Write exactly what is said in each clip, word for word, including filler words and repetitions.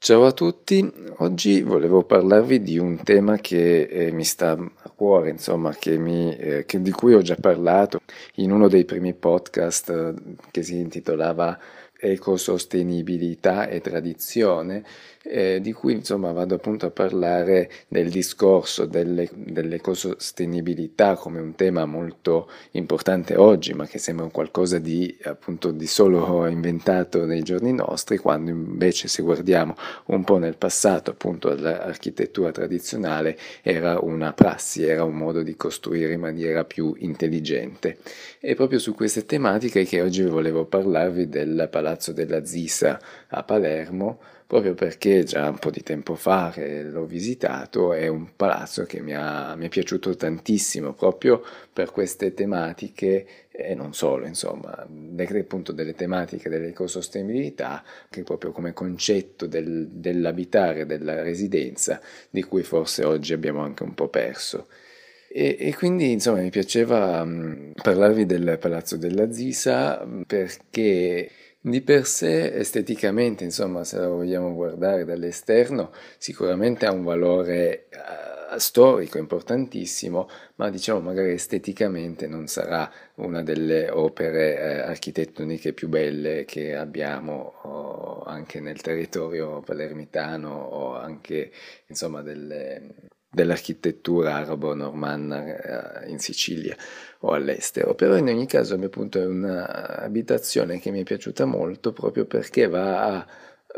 Ciao a tutti, oggi volevo parlarvi di un tema che eh, mi sta a cuore, insomma, che mi, eh, che- di cui ho già parlato in uno dei primi podcast eh, che si intitolava Ecosostenibilità e tradizione, eh, di cui insomma vado appunto a parlare del discorso delle- dell'ecosostenibilità come un tema molto importante oggi, ma che sembra un qualcosa di appunto di solo inventato nei giorni nostri, quando invece se guardiamo un po' nel passato, appunto, l'architettura tradizionale era una prassi, era un modo di costruire in maniera più intelligente. E proprio su queste tematiche che oggi volevo parlarvi del Palazzo della Zisa a Palermo, proprio perché già un po' di tempo fa che l'ho visitato, è un palazzo che mi, ha, mi è piaciuto tantissimo, proprio per queste tematiche e non solo, insomma, appunto delle tematiche dell'ecosostenibilità, che proprio come concetto del, dell'abitare, della residenza, di cui forse oggi abbiamo anche un po' perso. E, e quindi insomma mi piaceva mh, parlarvi del Palazzo della Zisa mh, perché di per sé esteticamente, insomma, se lo vogliamo guardare dall'esterno, sicuramente ha un valore eh, storico importantissimo, ma diciamo magari esteticamente non sarà una delle opere eh, architettoniche più belle che abbiamo o anche nel territorio palermitano o anche insomma delle, dell'architettura arabo-normanna eh, in Sicilia o all'estero. Però in ogni caso appunto è un'abitazione che mi è piaciuta molto proprio perché va a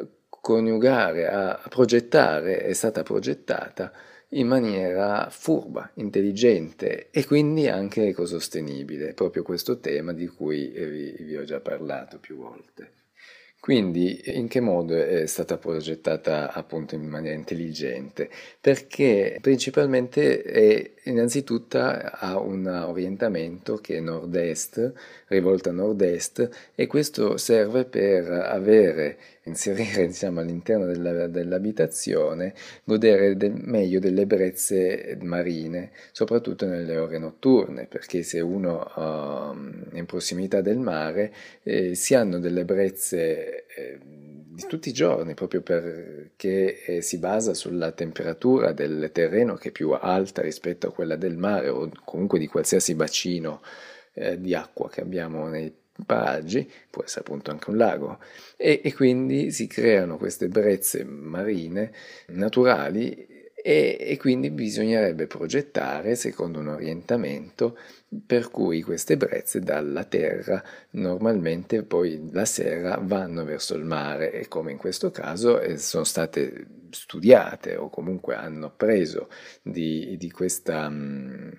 coniugare, a progettare, è stata progettata in maniera furba, intelligente e quindi anche ecosostenibile, proprio questo tema di cui vi, vi ho già parlato più volte. Quindi, in che modo è stata progettata appunto in maniera intelligente? Perché principalmente è innanzitutto ha un orientamento che è nord-est, rivolta a nord-est, e questo serve per avere, inserire diciamo all'interno della- dell'abitazione, godere del- meglio delle brezze marine, soprattutto nelle ore notturne, perché se uno ehm, è in prossimità del mare eh, si hanno delle brezze eh, di tutti i giorni, proprio perché eh, si basa sulla temperatura del terreno che è più alta rispetto a quella del mare o comunque di qualsiasi bacino eh, di acqua che abbiamo nei paraggi, può essere appunto anche un lago, e, e quindi si creano queste brezze marine naturali e, e quindi bisognerebbe progettare secondo un orientamento per cui queste brezze dalla terra normalmente poi la sera vanno verso il mare e come in questo caso eh, sono state studiate o comunque hanno preso di, di questa... mh,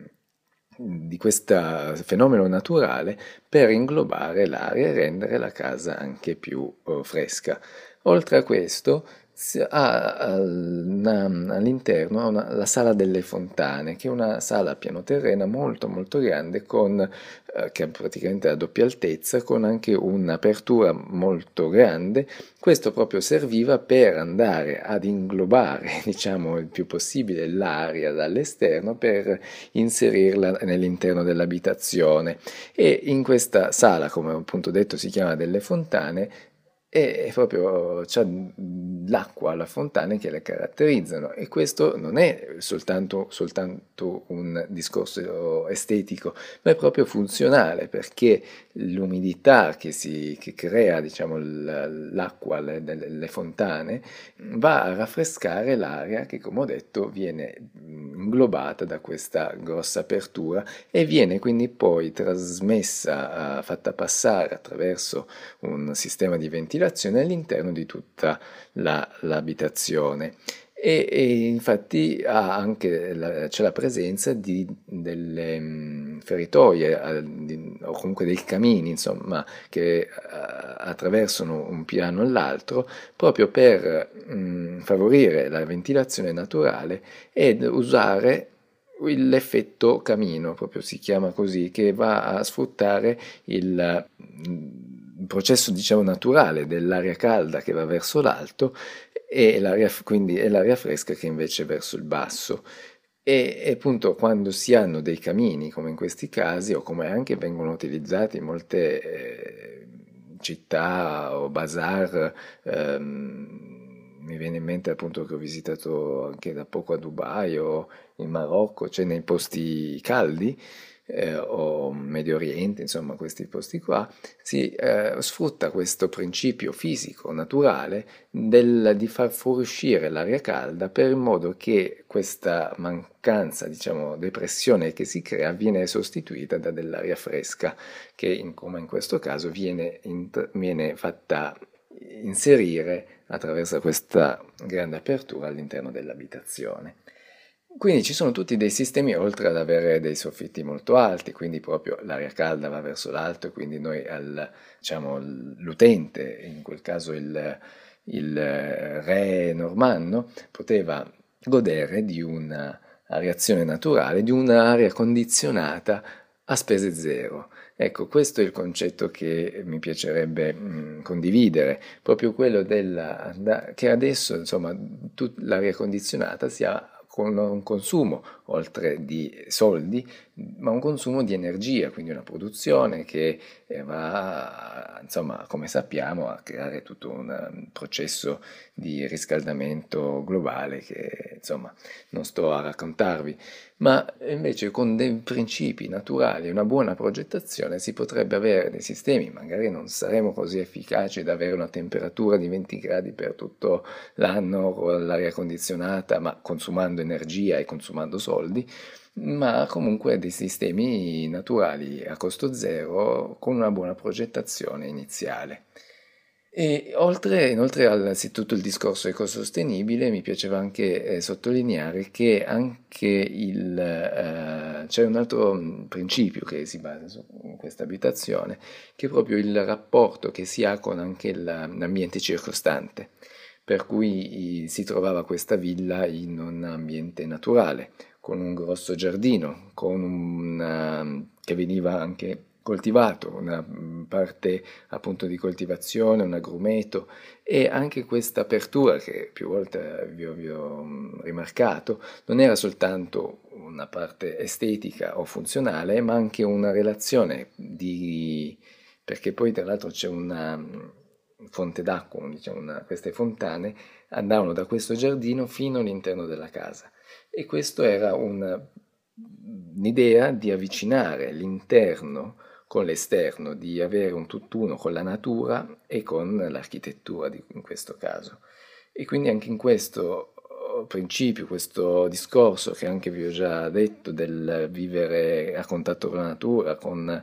di questo fenomeno naturale per inglobare l'aria e rendere la casa anche più eh, fresca. Oltre a questo, si ha all'interno una, la sala delle fontane, che è una sala a piano terreno molto molto grande, con, eh, che ha praticamente la doppia altezza, con anche un'apertura molto grande. Questo proprio serviva per andare ad inglobare, diciamo, il più possibile l'aria dall'esterno per inserirla nell'interno dell'abitazione. E in questa sala, come ho appunto detto, si chiama delle fontane, e proprio c'è l'acqua alla fontana che le caratterizzano e questo non è soltanto, soltanto un discorso estetico, ma è proprio funzionale perché l'umidità che si che crea, diciamo, l'acqua delle fontane va a raffrescare l'aria che, come ho detto, viene inglobata da questa grossa apertura e viene quindi poi trasmessa, fatta passare attraverso un sistema di ventilazione all'interno di tutta la, l'abitazione. E, e infatti ha anche la, c'è la presenza di delle mh, feritoie a, di, o comunque dei camini, insomma, che a, attraversano un piano all'altro proprio per mh, favorire la ventilazione naturale ed usare l'effetto camino, proprio si chiama così, che va a sfruttare il, il processo diciamo naturale dell'aria calda che va verso l'alto e l'aria, quindi è l'aria fresca che invece è verso il basso. E, e appunto quando si hanno dei camini, come in questi casi, o come anche vengono utilizzati in molte eh, città o bazar ehm, mi viene in mente appunto che ho visitato anche da poco a Dubai o in Marocco, cioè nei posti caldi, eh, o Medio Oriente, insomma questi posti qua, si eh, sfrutta questo principio fisico, naturale, del- di far fuoriuscire l'aria calda per il modo che questa mancanza, diciamo, depressione che si crea viene sostituita da dell'aria fresca che, in- come in questo caso, viene, int- viene fatta inserire attraverso questa grande apertura all'interno dell'abitazione. Quindi ci sono tutti dei sistemi, oltre ad avere dei soffitti molto alti, quindi proprio l'aria calda va verso l'alto e quindi noi, al, diciamo, l'utente, in quel caso il, il re normanno, poteva godere di una areazione naturale, di un'aria condizionata a spese zero. Ecco, questo è il concetto che mi piacerebbe mh, condividere, proprio quello della, da- che adesso, insomma, tut- l'aria condizionata sia con un consumo, oltre di soldi, ma un consumo di energia, quindi una produzione che eh, va, insomma, come sappiamo, a creare tutto un um, processo di riscaldamento globale che, insomma, non sto a raccontarvi, ma invece con dei principi naturali e una buona progettazione si potrebbe avere dei sistemi, magari non saremo così efficaci da avere una temperatura di venti gradi per tutto l'anno con l'aria condizionata, ma consumando energia e consumando soldi, ma comunque dei sistemi naturali a costo zero con una buona progettazione iniziale. E oltre, inoltre al sì, tutto il discorso ecosostenibile, mi piaceva anche eh, sottolineare che anche il, eh, c'è un altro mh, principio che si basa su questa abitazione, che è proprio il rapporto che si ha con anche la- l'ambiente circostante, per cui i- si trovava questa villa in un ambiente naturale, con un grosso giardino, con un, che veniva anche coltivato, una mh, parte appunto di coltivazione, un agrumeto e anche questa apertura che più volte vi ho, vi ho, mh, rimarcato, non era soltanto una parte estetica o funzionale, ma anche una relazione di... perché poi tra l'altro c'è una mh, fonte d'acqua, diciamo una- queste fontane andavano da questo giardino fino all'interno della casa e questo era un- un'idea di avvicinare l'interno con l'esterno, di avere un tutt'uno con la natura e con l'architettura di- in questo caso. E quindi anche in questo oh, principio, questo discorso che anche vi ho già detto del vivere a contatto con la natura, con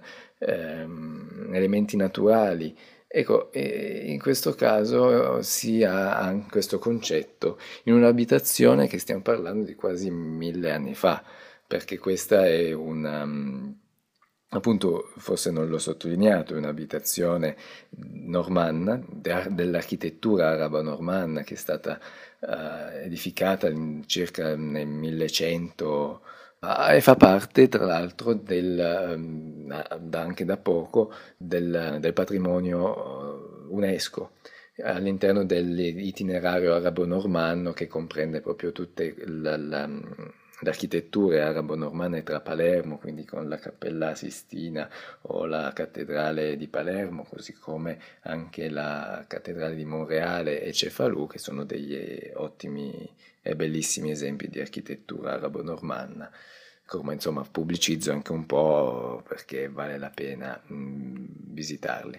ehm, elementi naturali, ecco, e in questo caso si ha anche questo concetto in un'abitazione che stiamo parlando di quasi mille anni fa, perché questa è una, mm, appunto, forse non l'ho sottolineato, è un'abitazione normanna, de- dell'architettura arabo-normanna che è stata eh, edificata in- circa nel millecento ah, e fa parte, tra l'altro, del, ehm, da- anche da poco del, del patrimonio eh, UNESCO all'interno dell'itinerario arabo-normanno che comprende proprio tutte la- la- le architetture arabo-normanne tra Palermo, quindi con la Cappella Sistina o la Cattedrale di Palermo, così come anche la Cattedrale di Monreale e Cefalù, che sono degli ottimi e bellissimi esempi di architettura arabo-normanna. Come insomma pubblicizzo anche un po' perché vale la pena mh, visitarli.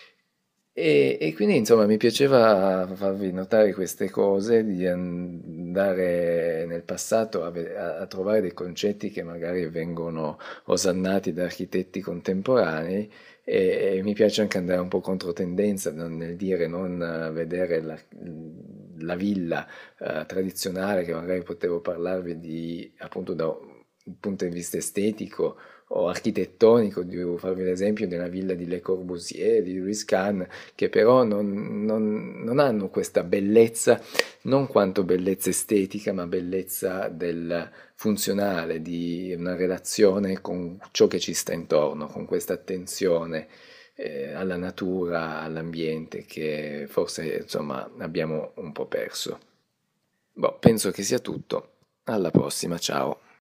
E, e quindi insomma mi piaceva farvi notare queste cose, di andare nel passato a, ve- a- a trovare dei concetti che magari vengono osannati da architetti contemporanei e, e mi piace anche andare un po' controtendenza non- nel dire non eh, vedere la, la villa eh, tradizionale che magari potevo parlarvi di appunto da un punto di vista estetico o architettonico, devo farvi l'esempio della villa di Le Corbusier, di Louis Kahn, che però non, non- non hanno questa bellezza, non quanto bellezza estetica, ma bellezza del funzionale, di una relazione con ciò che ci sta intorno, con questa attenzione eh, alla natura, all'ambiente che forse insomma abbiamo un po' perso. Boh, penso che sia tutto. Alla prossima, ciao.